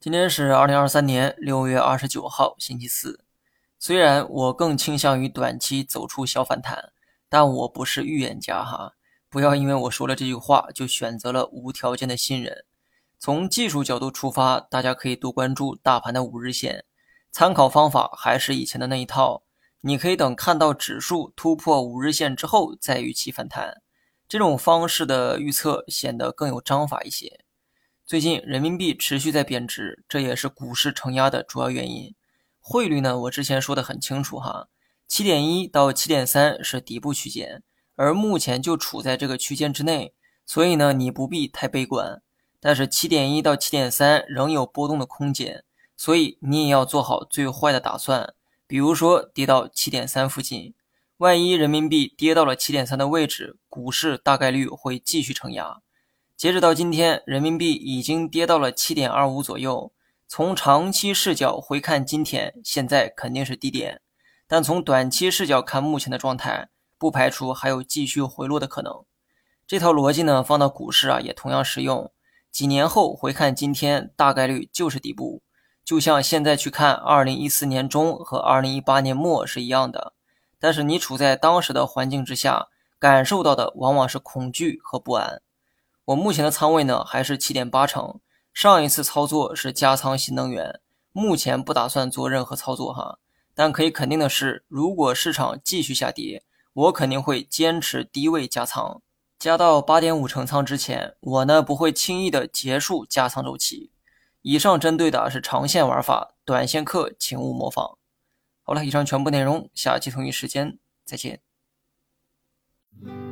今天是2023年6月29号，星期四。虽然我更倾向于短期走出小反弹，但我不是预言家哈。不要因为我说了这句话就选择了无条件的信任。从技术角度出发，大家可以多关注大盘的5日线，参考方法还是以前的那一套。你可以等看到指数突破5日线之后再预期反弹，这种方式的预测显得更有章法一些。最近人民币持续在贬值，这也是股市承压的主要原因。汇率呢，我之前说的很清楚哈，7.1到7.3是底部区间，而目前就处在这个区间之内，所以呢，你不必太悲观。但是7.1到7.3仍有波动的空间，所以你也要做好最坏的打算，比如说跌到7.3附近。万一人民币跌到了7.3的位置，股市大概率会继续承压。截止到今天，人民币已经跌到了7.25左右。从长期视角回看今天，现在肯定是低点，但从短期视角看目前的状态，不排除还有继续回落的可能。这套逻辑呢，放到股市也同样适用。几年后回看今天，大概率就是底部，就像现在去看2014年中和2018年末是一样的。但是你处在当时的环境之下，感受到的往往是恐惧和不安。我目前的仓位呢还是7.8成，上一次操作是加仓新能源，目前不打算做任何操作哈。但可以肯定的是，如果市场继续下跌，我肯定会坚持低位加仓，加到8.5成仓之前，我呢不会轻易的结束加仓周期。以上针对的是长线玩法，短线客请勿模仿。好了，以上全部内容，下期同一时间再见。